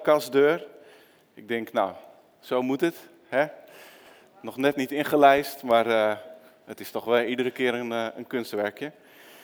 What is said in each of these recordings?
kastdeur. Ik denk, nou, zo moet het. Hè? Nog net niet ingelijst, maar het is toch wel iedere keer een kunstwerkje.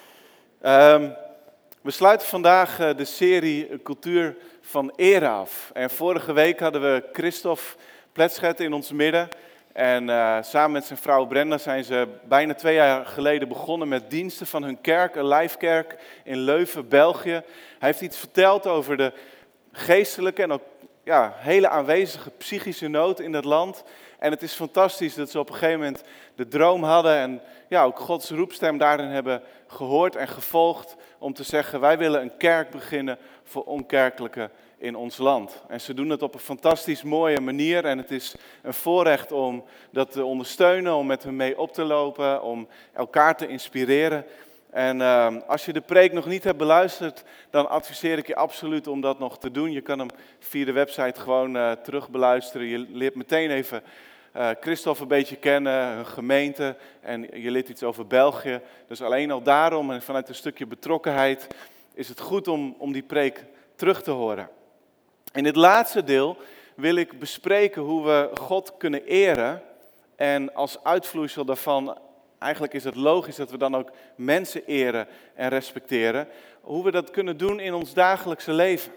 We sluiten vandaag de serie Cultuur van Ere af. En vorige week hadden we Christophe Pletschet in ons midden. En samen met zijn vrouw Brenda zijn ze bijna 2 jaar geleden begonnen met diensten van hun kerk, een lijfkerk in Leuven, België. Hij heeft iets verteld over de geestelijke en ook hele aanwezige psychische nood in dat land. En het is fantastisch dat ze op een gegeven moment de droom hadden en ook Gods roepstem daarin hebben gehoord en gevolgd om te zeggen, wij willen een kerk beginnen voor onkerkelijken in ons land. En ze doen het op een fantastisch mooie manier en het is een voorrecht om dat te ondersteunen, om met hen mee op te lopen, om elkaar te inspireren. En als je de preek nog niet hebt beluisterd, dan adviseer ik je absoluut om dat nog te doen. Je kan hem via de website gewoon terug beluisteren. Je leert meteen even Christophe een beetje kennen, hun gemeente en je leert iets over België. Dus alleen al daarom en vanuit een stukje betrokkenheid is het goed om die preek terug te horen. In dit laatste deel wil ik bespreken hoe we God kunnen eren en als uitvloeisel daarvan, eigenlijk is het logisch dat we dan ook mensen eren en respecteren, hoe we dat kunnen doen in ons dagelijkse leven.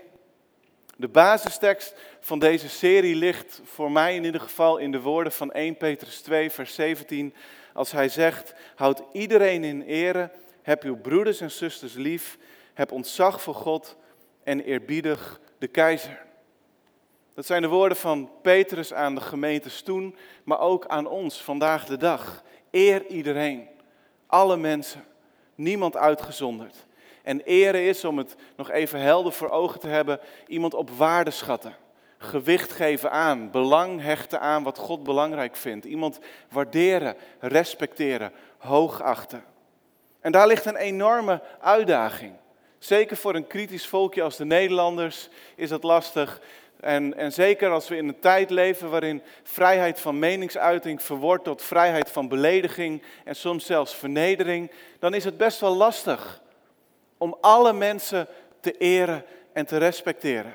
De basistekst van deze serie ligt voor mij in ieder geval in de woorden van 1 Petrus 2 vers 17, als hij zegt, houd iedereen in ere, heb uw broeders en zusters lief, heb ontzag voor God en eerbiedig de keizer. Dat zijn de woorden van Petrus aan de gemeentes toen, maar ook aan ons vandaag de dag. Eer iedereen, alle mensen, niemand uitgezonderd. En eren is, om het nog even helder voor ogen te hebben, iemand op waarde schatten. Gewicht geven aan, belang hechten aan wat God belangrijk vindt. Iemand waarderen, respecteren, hoogachten. En daar ligt een enorme uitdaging. Zeker voor een kritisch volkje als de Nederlanders is dat lastig. En zeker als we in een tijd leven waarin vrijheid van meningsuiting verwordt tot vrijheid van belediging en soms zelfs vernedering, dan is het best wel lastig om alle mensen te eren en te respecteren.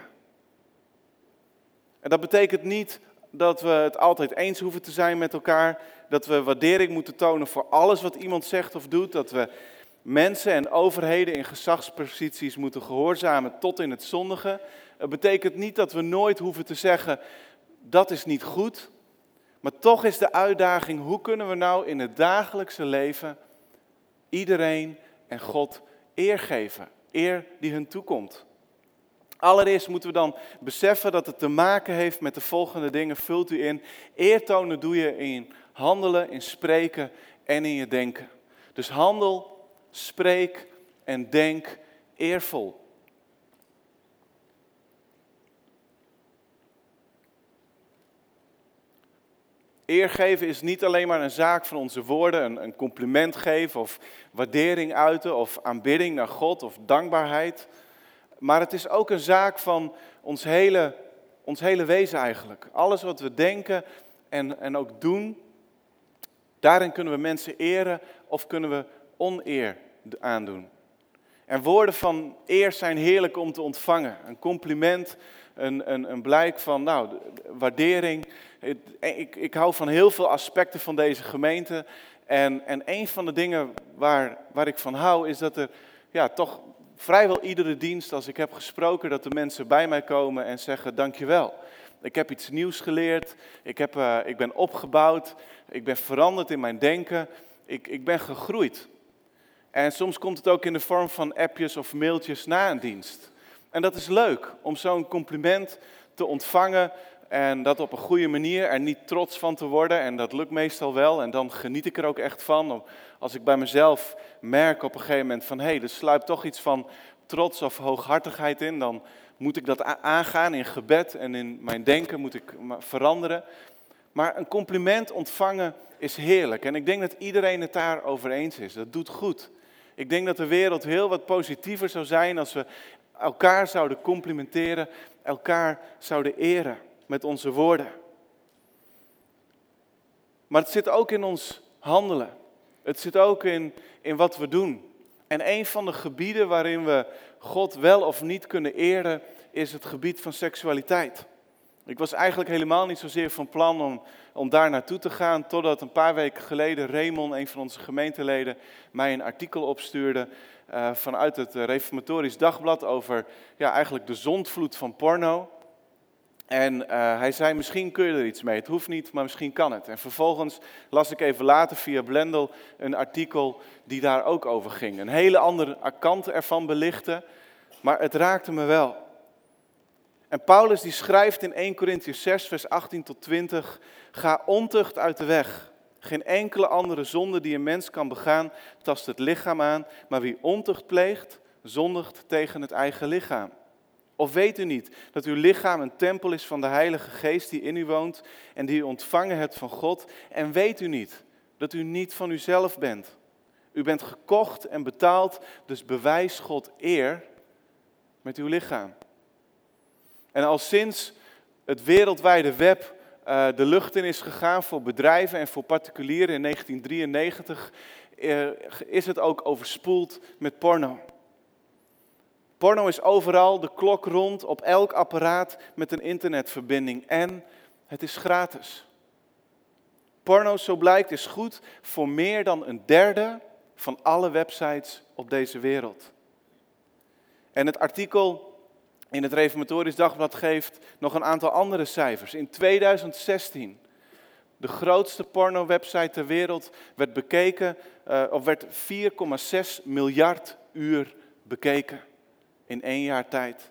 En dat betekent niet dat we het altijd eens hoeven te zijn met elkaar, dat we waardering moeten tonen voor alles wat iemand zegt of doet, dat we mensen en overheden in gezagsposities moeten gehoorzamen tot in het zondige. Het betekent niet dat we nooit hoeven te zeggen, dat is niet goed. Maar toch is de uitdaging, hoe kunnen we nou in het dagelijkse leven iedereen en God eer geven? Eer die hun toekomt. Allereerst moeten we dan beseffen dat het te maken heeft met de volgende dingen, vult u in. Eer tonen doe je in handelen, in spreken en in je denken. Dus handel, spreek en denk eervol. Eer geven is niet alleen maar een zaak van onze woorden, een compliment geven of waardering uiten of aanbidding naar God of dankbaarheid. Maar het is ook een zaak van ons hele wezen eigenlijk. Alles wat we denken en ook doen, daarin kunnen we mensen eren of kunnen we oneer aandoen. En woorden van eer zijn heerlijk om te ontvangen. Een compliment, een blijk van waardering. Ik hou van heel veel aspecten van deze gemeente. En een van de dingen waar ik van hou is dat er toch vrijwel iedere dienst, als ik heb gesproken, dat de mensen bij mij komen en zeggen dankjewel. Ik heb iets nieuws geleerd, ik ben opgebouwd, ik ben veranderd in mijn denken, ik ben gegroeid. En soms komt het ook in de vorm van appjes of mailtjes na een dienst. En dat is leuk, om zo'n compliment te ontvangen en dat op een goede manier, er niet trots van te worden. En dat lukt meestal wel en dan geniet ik er ook echt van. Als ik bij mezelf merk op een gegeven moment van, er sluipt toch iets van trots of hooghartigheid in, dan moet ik dat aangaan in gebed en in mijn denken moet ik veranderen. Maar een compliment ontvangen is heerlijk en ik denk dat iedereen het daarover eens is. Dat doet goed. Ik denk dat de wereld heel wat positiever zou zijn als we elkaar zouden complimenteren, elkaar zouden eren met onze woorden. Maar het zit ook in ons handelen. Het zit ook in wat we doen. En een van de gebieden waarin we God wel of niet kunnen eren, is het gebied van seksualiteit. Ik was eigenlijk helemaal niet zozeer van plan om daar naartoe te gaan, totdat een paar weken geleden Raymond, een van onze gemeenteleden, mij een artikel opstuurde vanuit het Reformatorisch Dagblad over eigenlijk de zondvloed van porno. En hij zei, misschien kun je er iets mee. Het hoeft niet, maar misschien kan het. En vervolgens las ik even later via Blendel een artikel die daar ook over ging. Een hele andere kant ervan belichten, maar het raakte me wel. En Paulus die schrijft in 1 Korintiërs 6, vers 18 tot 20. Ga ontucht uit de weg. Geen enkele andere zonde die een mens kan begaan, tast het lichaam aan. Maar wie ontucht pleegt, zondigt tegen het eigen lichaam. Of weet u niet dat uw lichaam een tempel is van de Heilige Geest die in u woont en die u ontvangen hebt van God? En weet u niet dat u niet van uzelf bent? U bent gekocht en betaald, dus bewijs God eer met uw lichaam. En al sinds het wereldwijde web de lucht in is gegaan voor bedrijven en voor particulieren in 1993, is het ook overspoeld met porno. Porno is overal, de klok rond, op elk apparaat met een internetverbinding en het is gratis. Porno, zo blijkt, is goed voor meer dan een derde van alle websites op deze wereld. En het artikel in het Reformatorisch Dagblad geeft nog een aantal andere cijfers. In 2016, de grootste porno-website ter wereld, werd bekeken, werd 4,6 miljard uur bekeken in 1 jaar tijd.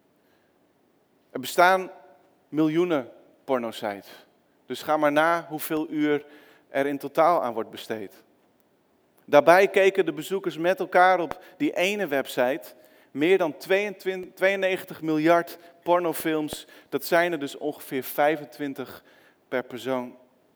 Er bestaan miljoenen pornosites. Dus ga maar na hoeveel uur er in totaal aan wordt besteed. Daarbij keken de bezoekers met elkaar op die ene website meer dan 92 miljard pornofilms. Dat zijn er dus ongeveer 25 per persoon.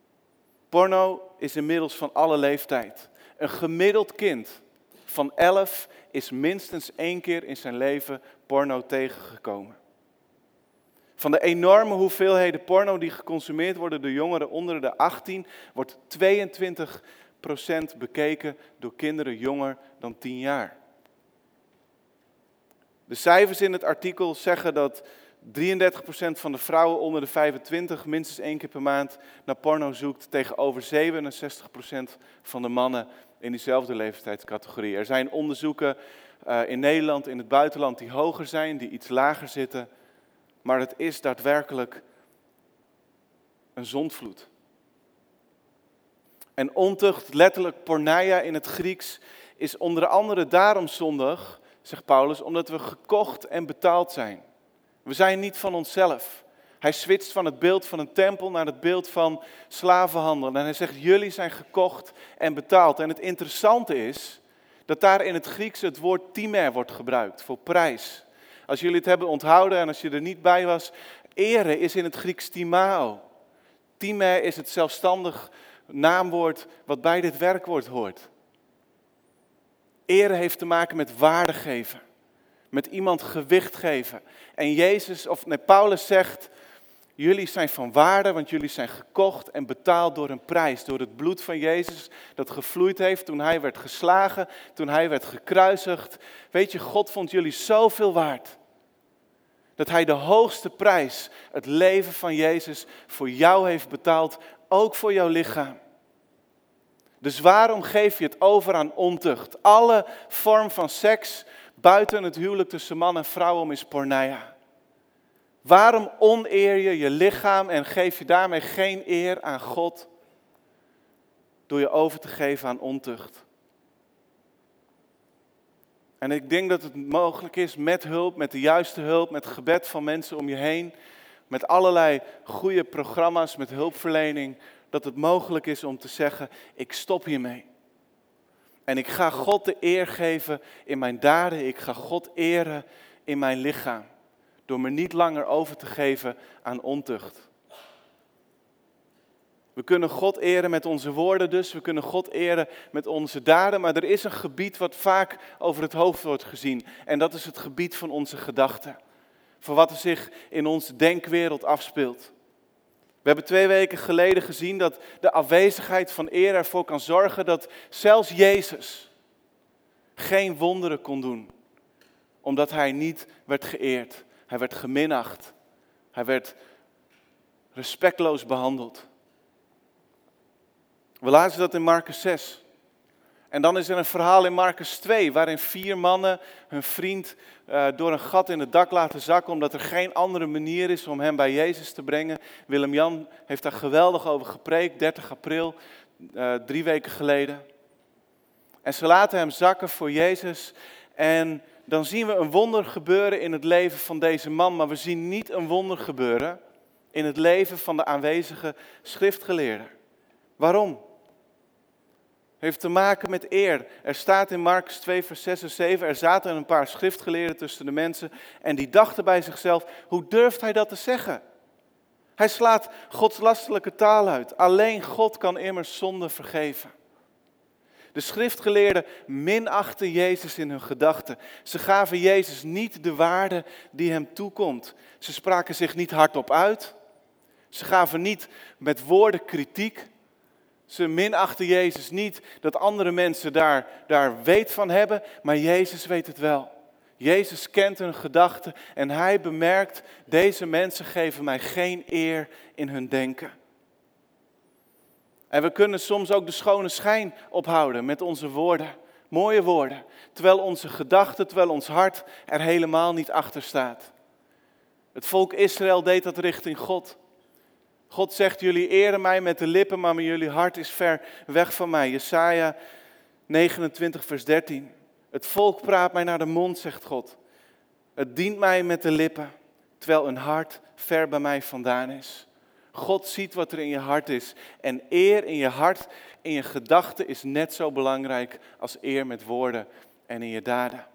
Porno is inmiddels van alle leeftijd. Een gemiddeld kind van 11 is minstens 1 keer in zijn leven porno tegengekomen. Van de enorme hoeveelheden porno die geconsumeerd worden door jongeren onder de 18, wordt 22% bekeken door kinderen jonger dan 10 jaar. De cijfers in het artikel zeggen dat 33% van de vrouwen onder de 25 minstens 1 keer per maand naar porno zoekt, tegenover 67% van de mannen in diezelfde leeftijdscategorie. Er zijn onderzoeken in Nederland, in het buitenland, die hoger zijn, die iets lager zitten. Maar het is daadwerkelijk een zondvloed. En ontucht, letterlijk porneia in het Grieks, is onder andere daarom zondig, zegt Paulus, omdat we gekocht en betaald zijn. We zijn niet van onszelf. Hij switcht van het beeld van een tempel naar het beeld van slavenhandel. En hij zegt, jullie zijn gekocht en betaald. En het interessante is dat daar in het Grieks het woord timer wordt gebruikt, voor prijs. Als jullie het hebben onthouden en als je er niet bij was, ere is in het Grieks timao. Timer is het zelfstandig naamwoord wat bij dit werkwoord hoort. Ere heeft te maken met waarde geven, met iemand gewicht geven. En Paulus zegt, jullie zijn van waarde, want jullie zijn gekocht en betaald door een prijs. Door het bloed van Jezus dat gevloeid heeft toen hij werd geslagen, toen hij werd gekruisigd. Weet je, God vond jullie zoveel waard. Dat hij de hoogste prijs, het leven van Jezus, voor jou heeft betaald, ook voor jouw lichaam. Dus waarom geef je het over aan ontucht? Alle vorm van seks buiten het huwelijk tussen man en vrouw is porneia. Waarom oneer je je lichaam en geef je daarmee geen eer aan God door je over te geven aan ontucht? En ik denk dat het mogelijk is met hulp, met de juiste hulp, met gebed van mensen om je heen, met allerlei goede programma's, met hulpverlening, dat het mogelijk is om te zeggen, ik stop hiermee. En ik ga God de eer geven in mijn daden, ik ga God eren in mijn lichaam. Door me niet langer over te geven aan ontucht. We kunnen God eren met onze woorden dus, we kunnen God eren met onze daden, maar er is een gebied wat vaak over het hoofd wordt gezien. En dat is het gebied van onze gedachten. Voor wat er zich in onze denkwereld afspeelt. We hebben 2 weken geleden gezien dat de afwezigheid van eer ervoor kan zorgen dat zelfs Jezus geen wonderen kon doen. Omdat hij niet werd geëerd. Hij werd geminacht. Hij werd respectloos behandeld. We lazen dat in Marcus 6. En dan is er een verhaal in Marcus 2, waarin 4 mannen hun vriend door een gat in het dak laten zakken, omdat er geen andere manier is om hem bij Jezus te brengen. Willem-Jan heeft daar geweldig over gepreekt, 30 april, 3 weken geleden. En ze laten hem zakken voor Jezus. En dan zien we een wonder gebeuren in het leven van deze man, maar we zien niet een wonder gebeuren in het leven van de aanwezige schriftgeleerden. Waarom? Heeft te maken met eer. Er staat in Marcus 2 vers 6 en 7, er zaten een paar schriftgeleerden tussen de mensen en die dachten bij zichzelf, hoe durft hij dat te zeggen? Hij slaat godslastelijke taal uit. Alleen God kan immers zonde vergeven. De schriftgeleerden minachten Jezus in hun gedachten. Ze gaven Jezus niet de waarde die hem toekomt. Ze spraken zich niet hardop uit. Ze gaven niet met woorden kritiek. Ze minachten Jezus niet dat andere mensen daar weet van hebben, maar Jezus weet het wel. Jezus kent hun gedachten en hij bemerkt, deze mensen geven mij geen eer in hun denken. En we kunnen soms ook de schone schijn ophouden met onze woorden, mooie woorden, terwijl onze gedachten, terwijl ons hart er helemaal niet achter staat. Het volk Israël deed dat richting God. God zegt, jullie eren mij met de lippen, maar jullie hart is ver weg van mij. Jesaja 29 vers 13. Het volk praat mij naar de mond, zegt God. Het dient mij met de lippen, terwijl een hart ver bij mij vandaan is. God ziet wat er in je hart is. En eer in je hart, in je gedachten is net zo belangrijk als eer met woorden en in je daden.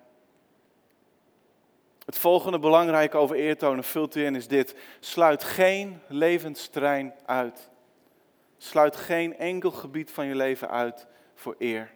Het volgende belangrijke over eertonen, vult u in, is dit. Sluit geen levensterrein uit. Sluit geen enkel gebied van je leven uit voor eer.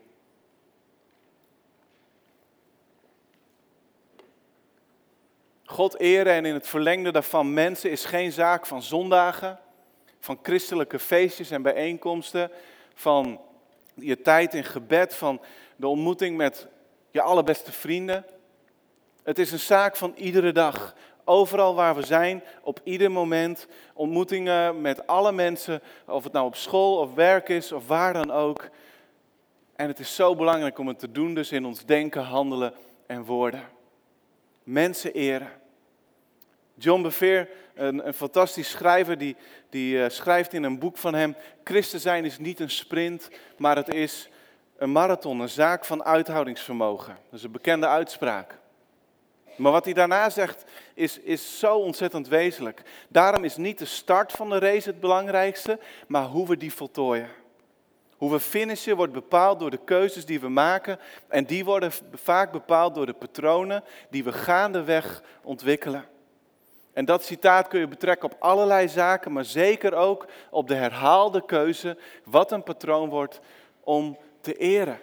God eren en in het verlengde daarvan mensen is geen zaak van zondagen, van christelijke feestjes en bijeenkomsten, van je tijd in gebed, van de ontmoeting met je allerbeste vrienden. Het is een zaak van iedere dag. Overal waar we zijn, op ieder moment, ontmoetingen met alle mensen, of het nou op school of werk is of waar dan ook. En het is zo belangrijk om het te doen dus in ons denken, handelen en woorden. Mensen eren. John Bevere, een fantastisch schrijver, die schrijft in een boek van hem, christen zijn is niet een sprint, maar het is een marathon, een zaak van uithoudingsvermogen. Dat is een bekende uitspraak. Maar wat hij daarna zegt is zo ontzettend wezenlijk. Daarom is niet de start van de race het belangrijkste, maar hoe we die voltooien. Hoe we finishen wordt bepaald door de keuzes die we maken en die worden vaak bepaald door de patronen die we gaandeweg ontwikkelen. En dat citaat kun je betrekken op allerlei zaken, maar zeker ook op de herhaalde keuze wat een patroon wordt om te eren.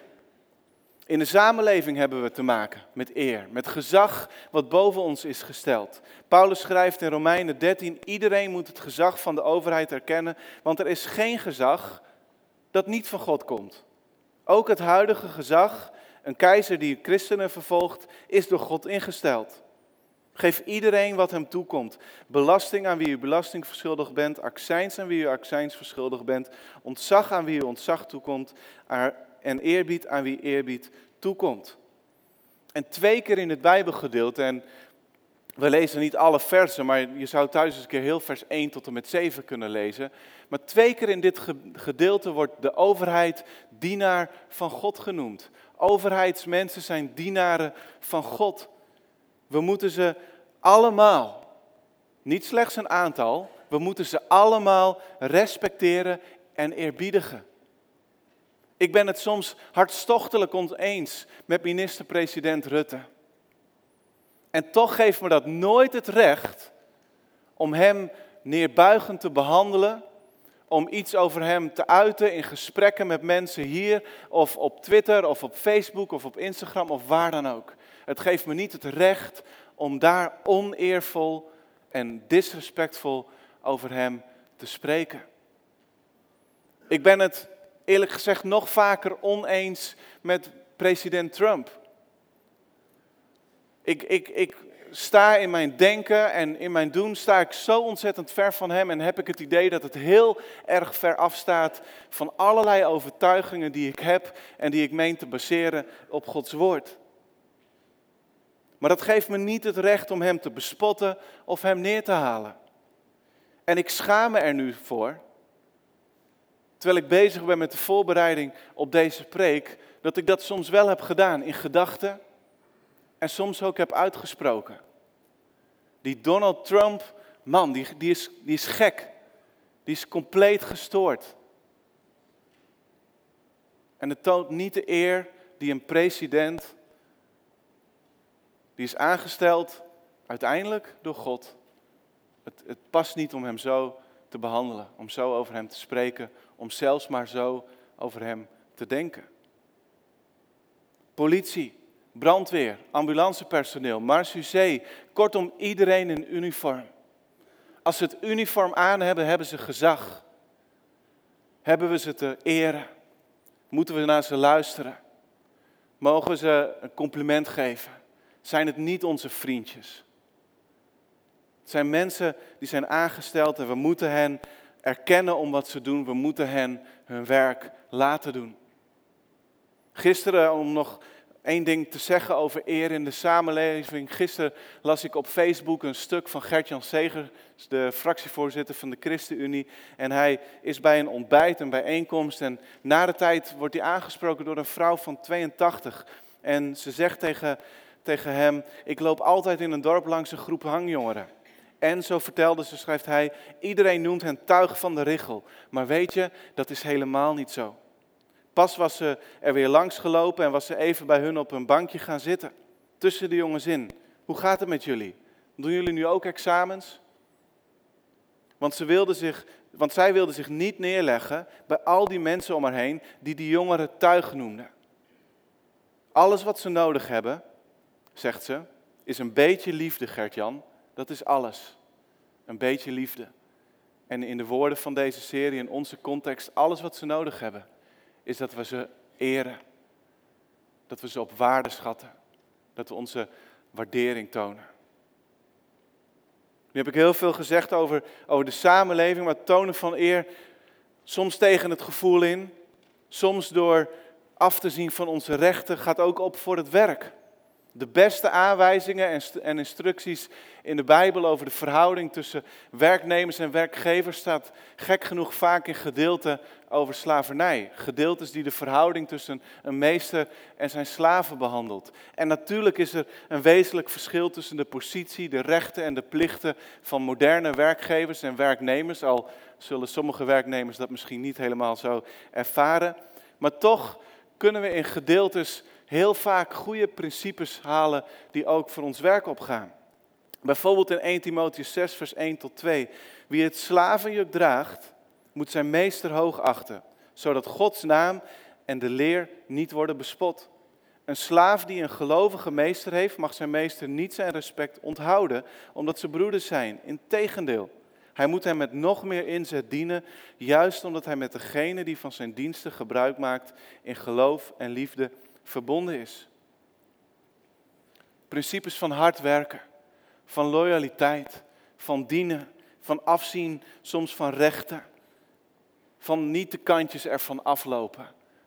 In de samenleving hebben we te maken met eer, met gezag wat boven ons is gesteld. Paulus schrijft in Romeinen 13, iedereen moet het gezag van de overheid erkennen, want er is geen gezag dat niet van God komt. Ook het huidige gezag, een keizer die christenen vervolgt, is door God ingesteld. Geef iedereen wat hem toekomt. Belasting aan wie u belasting verschuldigd bent, accijns aan wie u accijns verschuldigd bent, ontzag aan wie u ontzag toekomt en eerbied aan wie eerbied toekomt. En 2 keer in het Bijbelgedeelte, en we lezen niet alle versen, maar je zou thuis eens een keer heel vers 1 tot en met 7 kunnen lezen. Maar 2 keer in dit gedeelte wordt de overheid dienaar van God genoemd. Overheidsmensen zijn dienaren van God. We moeten ze allemaal, niet slechts een aantal, we moeten ze allemaal respecteren en eerbiedigen. Ik ben het soms hartstochtelijk oneens met minister-president Rutte. En toch geeft me dat nooit het recht om hem neerbuigend te behandelen, om iets over hem te uiten in gesprekken met mensen hier, of op Twitter, of op Facebook, of op Instagram, of waar dan ook. Het geeft me niet het recht om daar oneervol en disrespectvol over hem te spreken. Ik ben het eerlijk gezegd nog vaker oneens met president Trump. Ik sta in mijn denken en in mijn doen, sta ik zo ontzettend ver van hem en heb ik het idee dat het heel erg ver afstaat van allerlei overtuigingen die ik heb en die ik meen te baseren op Gods woord. Maar dat geeft me niet het recht om hem te bespotten of hem neer te halen. En ik schaam me er nu voor, terwijl ik bezig ben met de voorbereiding op deze preek, dat ik dat soms wel heb gedaan in gedachten en soms ook heb uitgesproken. Die Donald Trump, man, die is gek. Die is compleet gestoord. En het toont niet de eer die een president, die is aangesteld uiteindelijk door God. Het past niet om hem zo te behandelen, om zo over hem te spreken, om zelfs maar zo over hem te denken. Politie, brandweer, ambulancepersoneel, marechaussee, kortom iedereen in uniform. Als ze het uniform aan hebben, hebben ze gezag. Hebben we ze te eren? Moeten we naar ze luisteren? Mogen we ze een compliment geven? Zijn het niet onze vriendjes? Het zijn mensen die zijn aangesteld en we moeten hen erkennen om wat ze doen. We moeten hen hun werk laten doen. Gisteren, om nog één ding te zeggen over eer in de samenleving. Gisteren las ik op Facebook een stuk van Gert-Jan Segers, de fractievoorzitter van de ChristenUnie. En hij is bij een ontbijt, een bijeenkomst. En na de tijd wordt hij aangesproken door een vrouw van 82. En ze zegt tegen hem, ik loop altijd in een dorp langs een groep hangjongeren. En zo vertelde ze, schrijft hij, iedereen noemt hen tuig van de richel. Maar weet je, dat is helemaal niet zo. Pas was ze er weer langs gelopen en was ze even bij hun op een bankje gaan zitten. Tussen de jongens in. Hoe gaat het met jullie? Doen jullie nu ook examens? Want zij wilde zich niet neerleggen bij al die mensen om haar heen die die jongeren tuig noemden. Alles wat ze nodig hebben, zegt ze, is een beetje liefde, Gert-Jan. Dat is alles. Een beetje liefde. En in de woorden van deze serie, in onze context, alles wat ze nodig hebben, is dat we ze eren. Dat we ze op waarde schatten. Dat we onze waardering tonen. Nu heb ik heel veel gezegd over de samenleving, maar het tonen van eer, soms tegen het gevoel in, soms door af te zien van onze rechten, gaat ook op voor het werk. De beste aanwijzingen en instructies in de Bijbel over de verhouding tussen werknemers en werkgevers staat gek genoeg vaak in gedeelten over slavernij. Gedeeltes die de verhouding tussen een meester en zijn slaven behandelt. En natuurlijk is er een wezenlijk verschil tussen de positie, de rechten en de plichten van moderne werkgevers en werknemers. Al zullen sommige werknemers dat misschien niet helemaal zo ervaren. Maar toch kunnen we in gedeeltes heel vaak goede principes halen die ook voor ons werk opgaan. Bijvoorbeeld in 1 Timotheüs 6 vers 1 tot 2. Wie het slavenjuk draagt, moet zijn meester hoog achten, zodat Gods naam en de leer niet worden bespot. Een slaaf die een gelovige meester heeft, mag zijn meester niet zijn respect onthouden, omdat ze broeders zijn. Integendeel, hij moet hem met nog meer inzet dienen, juist omdat hij met degene die van zijn diensten gebruik maakt, in geloof en liefde verbonden is. Principes van hard werken, van loyaliteit, van dienen, van afzien, soms van rechten, van niet de kantjes ervan aflopen.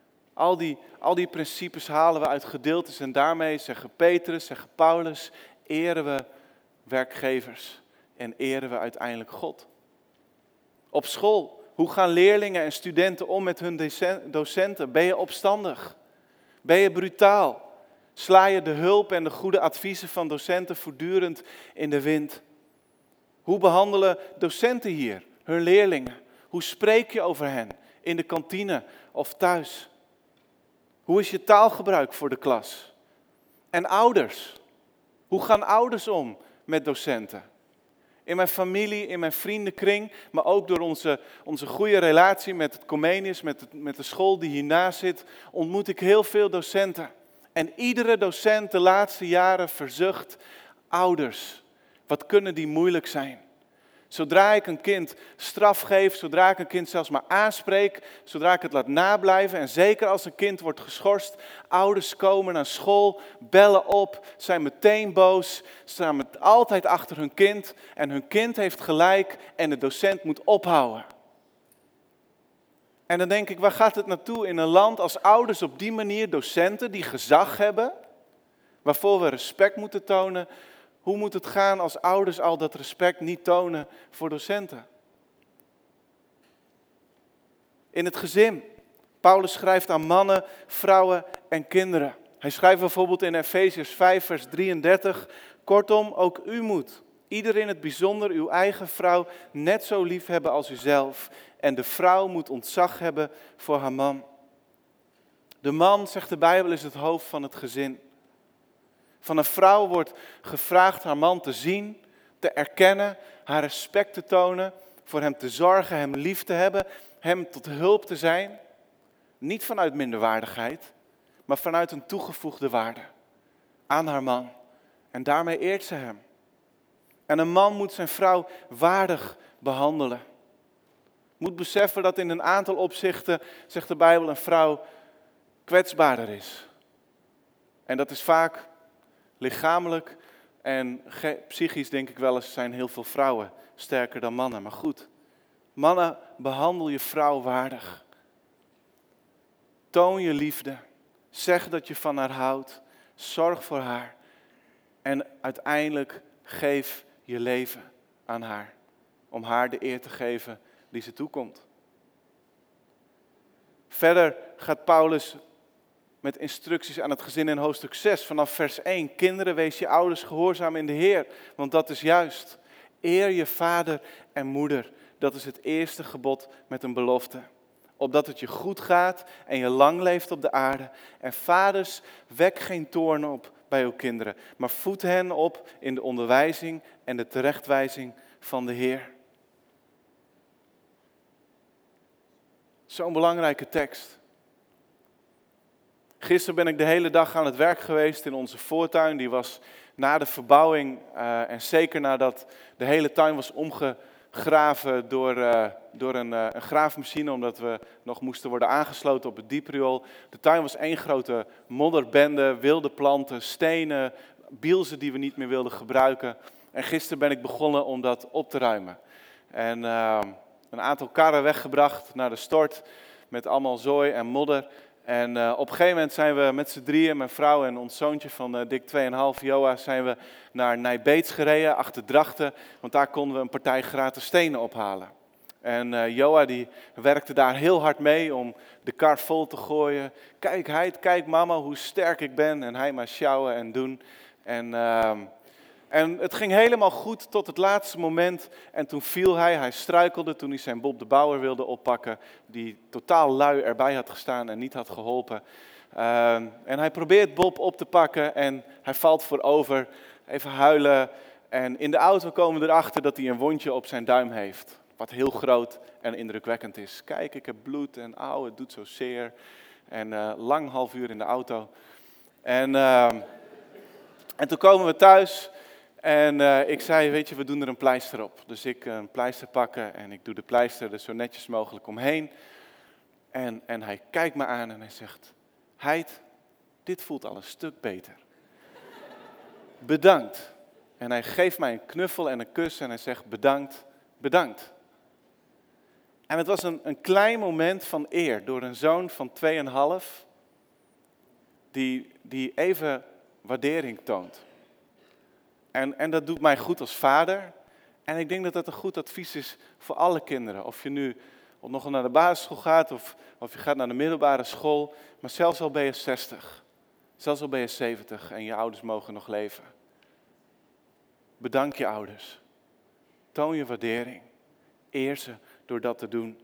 Al die principes halen we uit gedeeltes en daarmee, zeggen Petrus, zeggen Paulus, eren we werkgevers en eren we uiteindelijk God. Op school, hoe gaan leerlingen en studenten om met hun docenten? Ben je opstandig? Ben je brutaal? Sla je de hulp en de goede adviezen van docenten voortdurend in de wind? Hoe behandelen docenten hier hun leerlingen? Hoe spreek je over hen in de kantine of thuis? Hoe is je taalgebruik voor de klas? En ouders? Hoe gaan ouders om met docenten? In mijn familie, in mijn vriendenkring, maar ook door onze goede relatie met het Comenius, met de school die hiernaast zit, ontmoet ik heel veel docenten. En iedere docent de laatste jaren verzucht, ouders, wat kunnen die moeilijk zijn. Zodra ik een kind straf geef, zodra ik een kind zelfs maar aanspreek, zodra ik het laat nablijven en zeker als een kind wordt geschorst, ouders komen naar school, bellen op, zijn meteen boos, staan altijd achter hun kind en hun kind heeft gelijk en de docent moet ophouden. En dan denk ik, waar gaat het naartoe in een land als ouders op die manier, docenten die gezag hebben, waarvoor we respect moeten tonen. Hoe moet het gaan als ouders al dat respect niet tonen voor docenten? In het gezin. Paulus schrijft aan mannen, vrouwen en kinderen. Hij schrijft bijvoorbeeld in Efeziërs 5 vers 33. Kortom, ook u moet, ieder in het bijzonder uw eigen vrouw net zo lief hebben als uzelf. En de vrouw moet ontzag hebben voor haar man. De man, zegt de Bijbel, is het hoofd van het gezin. Van een vrouw wordt gevraagd haar man te zien, te erkennen, haar respect te tonen, voor hem te zorgen, hem lief te hebben, hem tot hulp te zijn. Niet vanuit minderwaardigheid, maar vanuit een toegevoegde waarde aan haar man. En daarmee eert ze hem. En een man moet zijn vrouw waardig behandelen. Moet beseffen dat in een aantal opzichten, zegt de Bijbel, een vrouw kwetsbaarder is. En dat is vaak lichamelijk en psychisch, denk ik wel eens, zijn heel veel vrouwen sterker dan mannen. Maar goed, mannen, behandel je vrouw waardig. Toon je liefde. Zeg dat je van haar houdt. Zorg voor haar. En uiteindelijk geef je leven aan haar. Om haar de eer te geven die ze toekomt. Verder gaat Paulus met instructies aan het gezin in hoofdstuk 6 vanaf vers 1. Kinderen, wees je ouders gehoorzaam in de Heer, want dat is juist. Eer je vader en moeder, dat is het eerste gebod met een belofte. Opdat het je goed gaat en je lang leeft op de aarde. En vaders, wek geen toorn op bij uw kinderen, maar voed hen op in de onderwijzing en de terechtwijzing van de Heer. Zo'n belangrijke tekst. Gisteren ben ik de hele dag aan het werk geweest in onze voortuin. Die was na de verbouwing en zeker nadat de hele tuin was omgegraven door een graafmachine. Omdat we nog moesten worden aangesloten op het diepriool. De tuin was één grote modderbende, wilde planten, stenen, bielzen die we niet meer wilden gebruiken. En gisteren ben ik begonnen om dat op te ruimen. En een aantal karren weggebracht naar de stort met allemaal zooi en modder. En op een gegeven moment zijn we met z'n drieën, mijn vrouw en ons zoontje van dik 2,5, Joa, zijn we naar Nijbeets gereden, achter Drachten. Want daar konden we een partij gratis stenen ophalen. En Joa die werkte daar heel hard mee om de kar vol te gooien. Kijk Heid, kijk mama hoe sterk ik ben. En hij maar sjouwen en doen. En het ging helemaal goed tot het laatste moment. En toen viel hij struikelde toen hij zijn Bob de Bouwer wilde oppakken. Die totaal lui erbij had gestaan en niet had geholpen. En hij probeert Bob op te pakken en hij valt voorover. Even huilen. En in de auto komen we erachter dat hij een wondje op zijn duim heeft. Wat heel groot en indrukwekkend is. Kijk, ik heb bloed en auw, het doet zo zeer. En lang half uur in de auto. En toen komen we thuis. En ik zei, weet je, we doen er een pleister op. Dus ik een pleister pakken en ik doe de pleister er zo netjes mogelijk omheen. En hij kijkt me aan en hij zegt, Heid, dit voelt al een stuk beter. Bedankt. En hij geeft mij een knuffel en een kus en hij zegt, bedankt, bedankt. En het was een klein moment van eer door een zoon van 2,5 die even waardering toont. En dat doet mij goed als vader. En ik denk dat dat een goed advies is voor alle kinderen. Of je nu nog naar de basisschool gaat of je gaat naar de middelbare school. Maar zelfs al ben je 60, zelfs al ben je 70 en je ouders mogen nog leven. Bedank je ouders. Toon je waardering. Eer ze door dat te doen.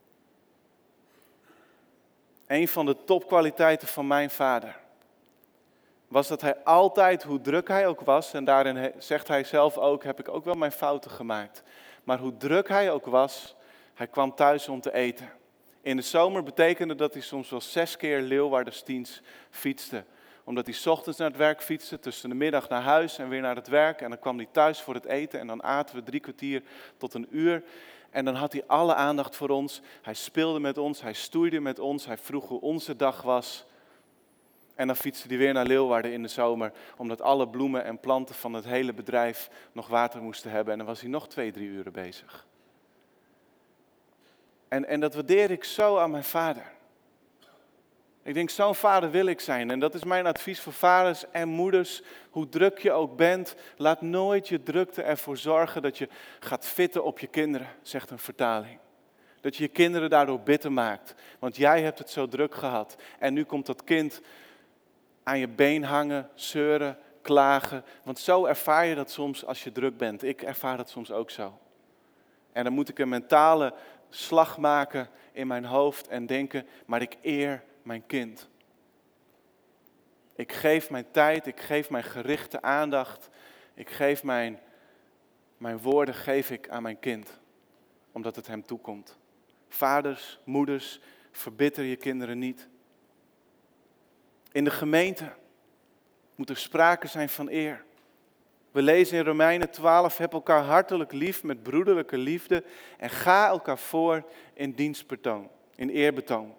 Een van de topkwaliteiten van mijn vader was dat hij altijd, hoe druk hij ook was, en daarin zegt hij zelf ook, heb ik ook wel mijn fouten gemaakt. Maar hoe druk hij ook was, hij kwam thuis om te eten. In de zomer betekende dat hij soms wel 6 keer Leeuwarden-Stiens fietste Omdat hij 's ochtends naar het werk fietste, tussen de middag naar huis en weer naar het werk. En dan kwam hij thuis voor het eten en dan aten we 3 kwartier tot 1 uur. En dan had hij alle aandacht voor ons. Hij speelde met ons, hij stoeide met ons, hij vroeg hoe onze dag was. En dan fietste hij weer naar Leeuwarden in de zomer, omdat alle bloemen en planten van het hele bedrijf nog water moesten hebben. En dan was hij nog 2, 3 uren bezig. En dat waardeer ik zo aan mijn vader. Ik denk, zo'n vader wil ik zijn. En dat is mijn advies voor vaders en moeders. Hoe druk je ook bent, laat nooit je drukte ervoor zorgen dat je gaat vitten op je kinderen, zegt een vertaling. Dat je je kinderen daardoor bitter maakt. Want jij hebt het zo druk gehad. En nu komt dat kind aan je been hangen, zeuren, klagen. Want zo ervaar je dat soms als je druk bent. Ik ervaar dat soms ook zo. En dan moet ik een mentale slag maken in mijn hoofd en denken, maar ik eer mijn kind. Ik geef mijn tijd, ik geef mijn gerichte aandacht. Ik geef mijn woorden geef ik aan mijn kind. Omdat het hem toekomt. Vaders, moeders, verbitter je kinderen niet. In de gemeente moet er sprake zijn van eer. We lezen in Romeinen 12, heb elkaar hartelijk lief met broederlijke liefde en ga elkaar voor in dienstbetoon, in eerbetoon.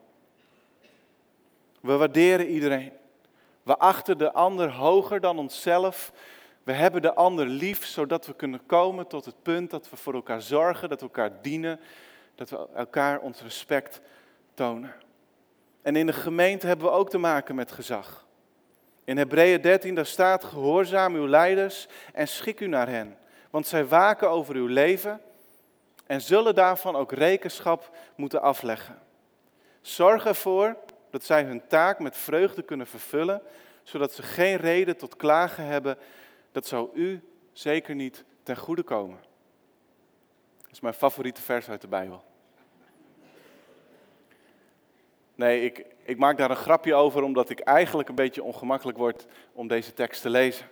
We waarderen iedereen. We achten de ander hoger dan onszelf. We hebben de ander lief, zodat we kunnen komen tot het punt dat we voor elkaar zorgen, dat we elkaar dienen, dat we elkaar ons respect tonen. En in de gemeente hebben we ook te maken met gezag. In Hebreeën 13, daar staat, gehoorzaam uw leiders en schik u naar hen. Want zij waken over uw leven en zullen daarvan ook rekenschap moeten afleggen. Zorg ervoor dat zij hun taak met vreugde kunnen vervullen, zodat ze geen reden tot klagen hebben. Dat zou u zeker niet ten goede komen. Dat is mijn favoriete vers uit de Bijbel. Nee, ik maak daar een grapje over, omdat ik eigenlijk een beetje ongemakkelijk word om deze tekst te lezen.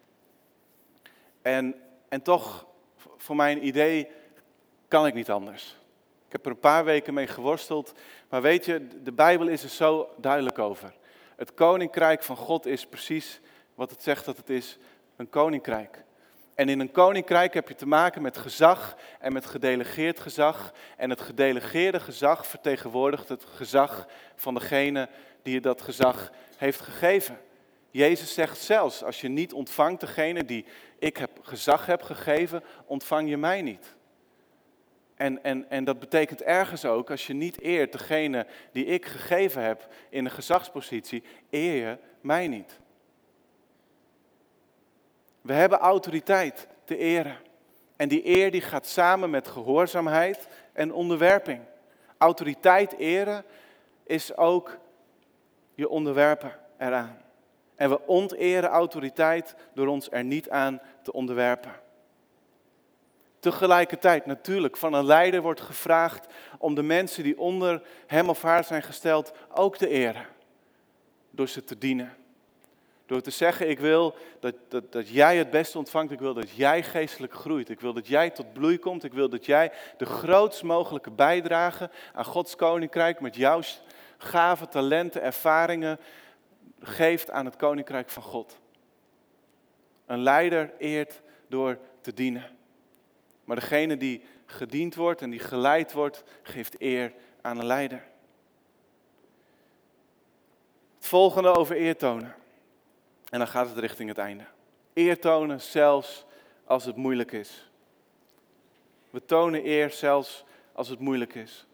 En toch, voor mijn idee, kan ik niet anders. Ik heb er een paar weken mee geworsteld, maar weet je, de Bijbel is er zo duidelijk over. Het koninkrijk van God is precies wat het zegt dat het is, een koninkrijk. En in een koninkrijk heb je te maken met gezag en met gedelegeerd gezag. En het gedelegeerde gezag vertegenwoordigt het gezag van degene die je dat gezag heeft gegeven. Jezus zegt zelfs, als je niet ontvangt degene die ik gezag heb gegeven, ontvang je mij niet. En dat betekent ergens ook, als je niet eert degene die ik gegeven heb in een gezagspositie, eer je mij niet. We hebben autoriteit te eren. En die eer die gaat samen met gehoorzaamheid en onderwerping. Autoriteit eren is ook je onderwerpen eraan. En we onteren autoriteit door ons er niet aan te onderwerpen. Tegelijkertijd natuurlijk, van een leider wordt gevraagd om de mensen die onder hem of haar zijn gesteld ook te eren. Door ze te dienen. Door te zeggen, ik wil dat jij het beste ontvangt. Ik wil dat jij geestelijk groeit. Ik wil dat jij tot bloei komt. Ik wil dat jij de grootst mogelijke bijdrage aan Gods koninkrijk met jouw gaven, talenten, ervaringen geeft aan het koninkrijk van God. Een leider eert door te dienen. Maar degene die gediend wordt en die geleid wordt, geeft eer aan een leider. Het volgende over eer tonen. En dan gaat het richting het einde. Eer tonen zelfs als het moeilijk is. We tonen eer zelfs als het moeilijk is.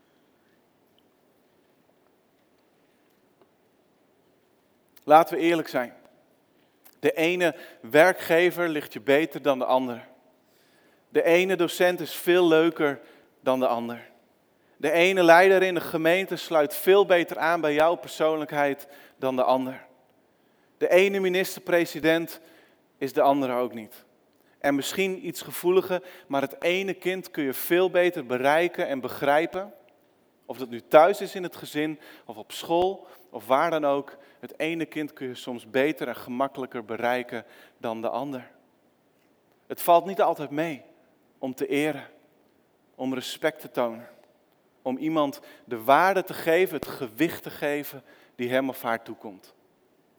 Laten we eerlijk zijn. De ene werkgever ligt je beter dan de andere. De ene docent is veel leuker dan de ander. De ene leider in de gemeente sluit veel beter aan bij jouw persoonlijkheid dan de ander. De ene minister-president is de andere ook niet. En misschien iets gevoeliger, maar het ene kind kun je veel beter bereiken en begrijpen. Of dat nu thuis is in het gezin, of op school, of waar dan ook. Het ene kind kun je soms beter en gemakkelijker bereiken dan de ander. Het valt niet altijd mee om te eren, om respect te tonen. Om iemand de waarde te geven, het gewicht te geven die hem of haar toekomt.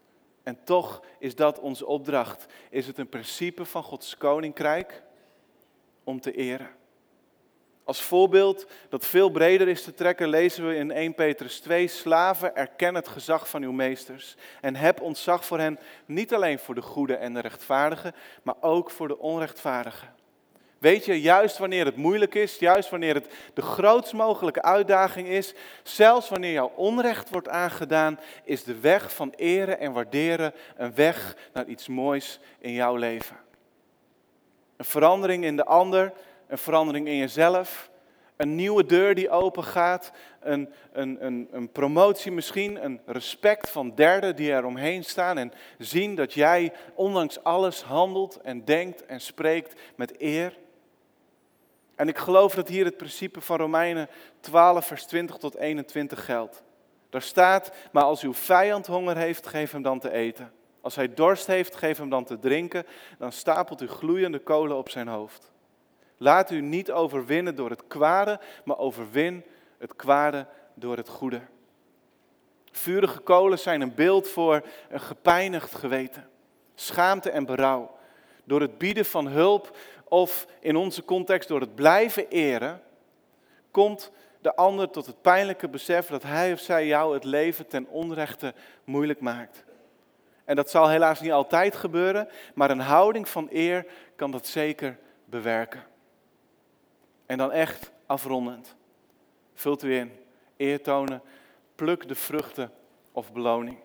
En toch is dat onze opdracht. Is het een principe van Gods koninkrijk om te eren. Als voorbeeld dat veel breder is te trekken, lezen we in 1 Petrus 2. Slaven, erken het gezag van uw meesters. En heb ontzag voor hen, niet alleen voor de goede en de rechtvaardigen, maar ook voor de onrechtvaardigen. Weet je, juist wanneer het moeilijk is, juist wanneer het de grootst mogelijke uitdaging is, zelfs wanneer jouw onrecht wordt aangedaan, is de weg van eren en waarderen een weg naar iets moois in jouw leven. Een verandering in de ander, een verandering in jezelf, een nieuwe deur die open gaat, een promotie misschien, een respect van derden die er omheen staan en zien dat jij ondanks alles handelt en denkt en spreekt met eer. En ik geloof dat hier het principe van Romeinen 12 vers 20 tot 21 geldt. Daar staat, maar als uw vijand honger heeft, geef hem dan te eten. Als hij dorst heeft, geef hem dan te drinken, dan stapelt u gloeiende kolen op zijn hoofd. Laat u niet overwinnen door het kwade, maar overwin het kwade door het goede. Vurige kolen zijn een beeld voor een gepijnigd geweten, schaamte en berouw. Door het bieden van hulp of in onze context door het blijven eren, komt de ander tot het pijnlijke besef dat hij of zij jou het leven ten onrechte moeilijk maakt. En dat zal helaas niet altijd gebeuren, maar een houding van eer kan dat zeker bewerken. En dan echt afrondend. Vult u in. Eer tonen. Pluk de vruchten of beloning.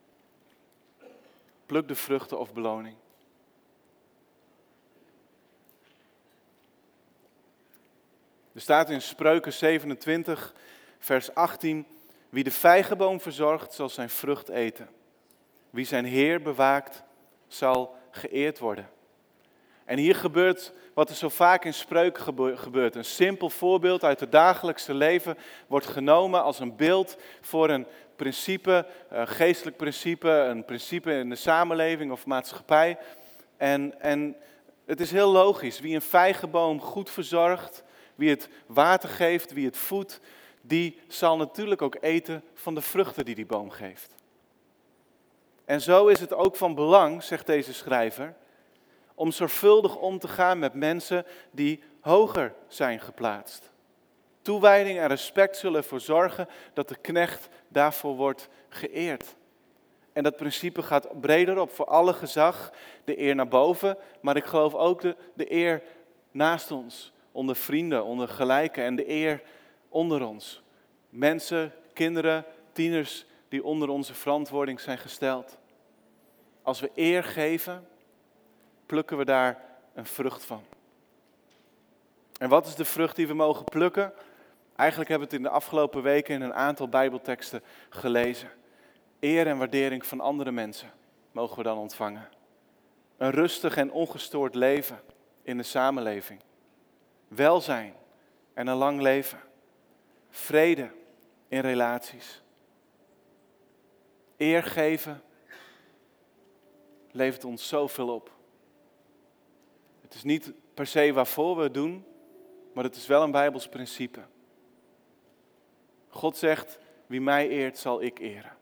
Pluk de vruchten of beloning. Er staat in Spreuken 27, vers 18. Wie de vijgenboom verzorgt, zal zijn vrucht eten. Wie zijn Heer bewaakt, zal geëerd worden. En hier gebeurt wat er zo vaak in Spreuken gebeurt. Een simpel voorbeeld uit het dagelijkse leven wordt genomen als een beeld voor een principe, een geestelijk principe, een principe in de samenleving of maatschappij. En het is heel logisch. Wie een vijgenboom goed verzorgt, wie het water geeft, wie het voedt, die zal natuurlijk ook eten van de vruchten die boom geeft. En zo is het ook van belang, zegt deze schrijver, om zorgvuldig om te gaan met mensen die hoger zijn geplaatst. Toewijding en respect zullen ervoor zorgen dat de knecht daarvoor wordt geëerd. En dat principe gaat breder op voor alle gezag, de eer naar boven, maar ik geloof ook de eer naast ons, onder vrienden, onder gelijken en de eer onder ons. Mensen, kinderen, tieners die onder onze verantwoording zijn gesteld. Als we eer geven, plukken we daar een vrucht van. En wat is de vrucht die we mogen plukken? Eigenlijk hebben we het in de afgelopen weken in een aantal Bijbelteksten gelezen. Eer en waardering van andere mensen mogen we dan ontvangen. Een rustig en ongestoord leven in de samenleving. Welzijn en een lang leven. Vrede in relaties. Eer geven levert ons zoveel op. Het is niet per se waarvoor we het doen, maar het is wel een Bijbels principe. God zegt, wie mij eert, zal ik eren.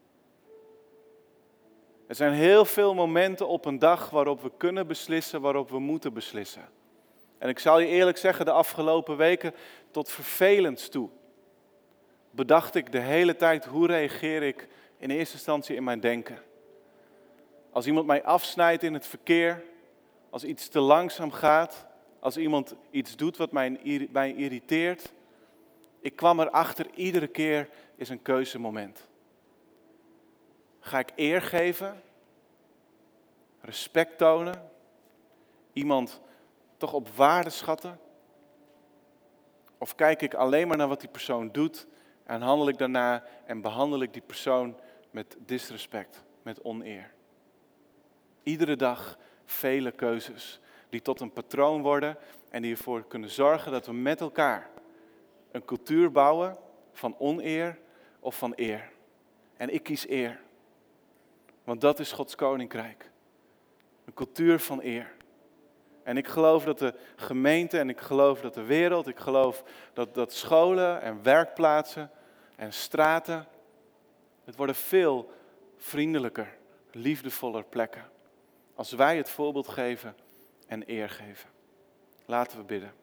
Er zijn heel veel momenten op een dag waarop we kunnen beslissen, waarop we moeten beslissen. En ik zal je eerlijk zeggen, de afgelopen weken tot vervelend toe bedacht ik de hele tijd, hoe reageer ik in eerste instantie in mijn denken. Als iemand mij afsnijdt in het verkeer, als iets te langzaam gaat, als iemand iets doet wat mij irriteert. Ik kwam erachter, iedere keer is een keuzemoment. Ga ik eer geven? Respect tonen? Iemand toch op waarde schatten? Of kijk ik alleen maar naar wat die persoon doet en handel ik daarna en behandel ik die persoon met disrespect, met oneer? Iedere dag vele keuzes die tot een patroon worden en die ervoor kunnen zorgen dat we met elkaar een cultuur bouwen van oneer of van eer. En ik kies eer, want dat is Gods koninkrijk. Een cultuur van eer. En ik geloof dat de gemeente en ik geloof dat de wereld, ik geloof dat scholen en werkplaatsen en straten, het worden veel vriendelijker, liefdevoller plekken. Als wij het voorbeeld geven en eer geven. Laten we bidden.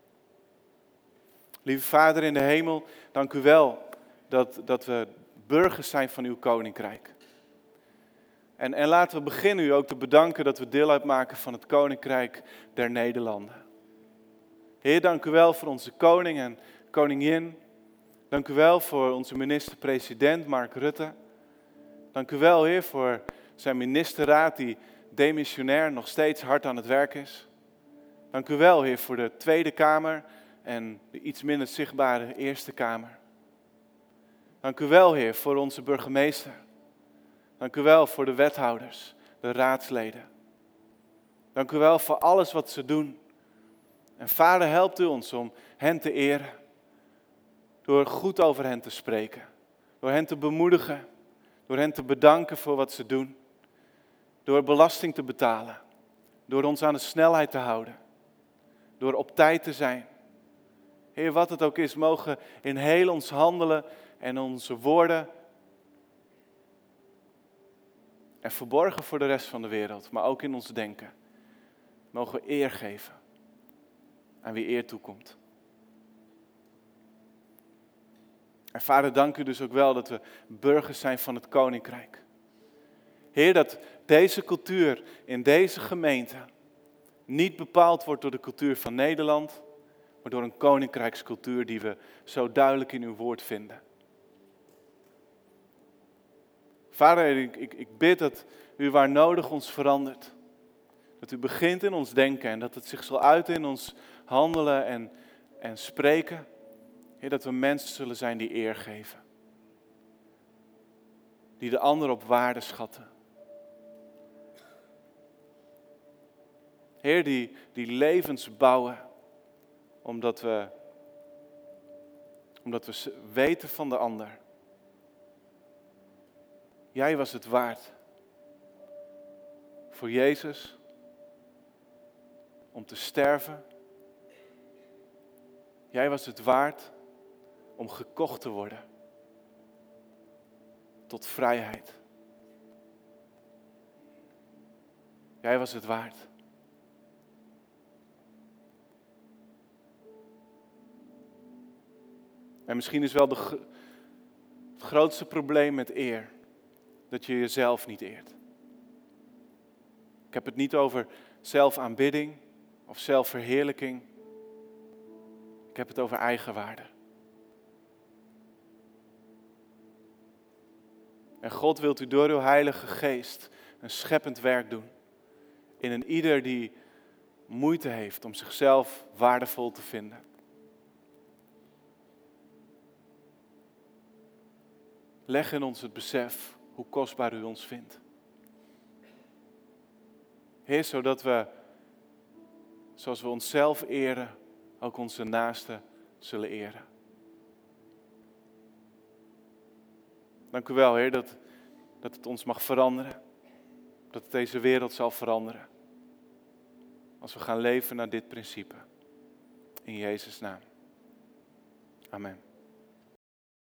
Lieve Vader in de hemel, dank u wel dat we burgers zijn van uw koninkrijk. En laten we beginnen u ook te bedanken dat we deel uitmaken van het koninkrijk der Nederlanden. Heer, dank u wel voor onze koning en koningin. Dank u wel voor onze minister-president Mark Rutte. Dank u wel, Heer, voor zijn ministerraad die demissionair nog steeds hard aan het werk is. Dank u wel, Heer, voor de Tweede Kamer en de iets minder zichtbare Eerste Kamer. Dank u wel, Heer, voor onze burgemeester. Dank u wel voor de wethouders, de raadsleden. Dank u wel voor alles wat ze doen. En Vader, helpt u ons om hen te eren. Door goed over hen te spreken. Door hen te bemoedigen. Door hen te bedanken voor wat ze doen. Door belasting te betalen. Door ons aan de snelheid te houden. Door op tijd te zijn. Heer, wat het ook is, mogen in heel ons handelen en onze woorden en verborgen voor de rest van de wereld, maar ook in ons denken, mogen we eer geven aan wie eer toekomt. En Vader, dank u dus ook wel dat we burgers zijn van het koninkrijk. Heer, dat deze cultuur in deze gemeente niet bepaald wordt door de cultuur van Nederland, maar door een koninkrijkscultuur die we zo duidelijk in uw woord vinden. Vader, ik bid dat u waar nodig ons verandert. Dat u begint in ons denken en dat het zich zal uiten in ons handelen en spreken. Heer, dat we mensen zullen zijn die eer geven. Die de ander op waarde schatten. Heer, die levens bouwen. Omdat we weten van de ander. Jij was het waard. Voor Jezus. Om te sterven. Jij was het waard om gekocht te worden. Tot vrijheid. Jij was het waard. En misschien is wel het grootste probleem met eer, dat je jezelf niet eert. Ik heb het niet over zelfaanbidding of zelfverheerlijking. Ik heb het over eigenwaarde. En God wilt u door uw Heilige Geest een scheppend werk doen. In een ieder die moeite heeft om zichzelf waardevol te vinden. Leg in ons het besef hoe kostbaar u ons vindt. Heer, zodat we, zoals we onszelf eren, ook onze naasten zullen eren. Dank u wel, Heer, dat het ons mag veranderen. Dat het deze wereld zal veranderen. Als we gaan leven naar dit principe. In Jezus' naam. Amen.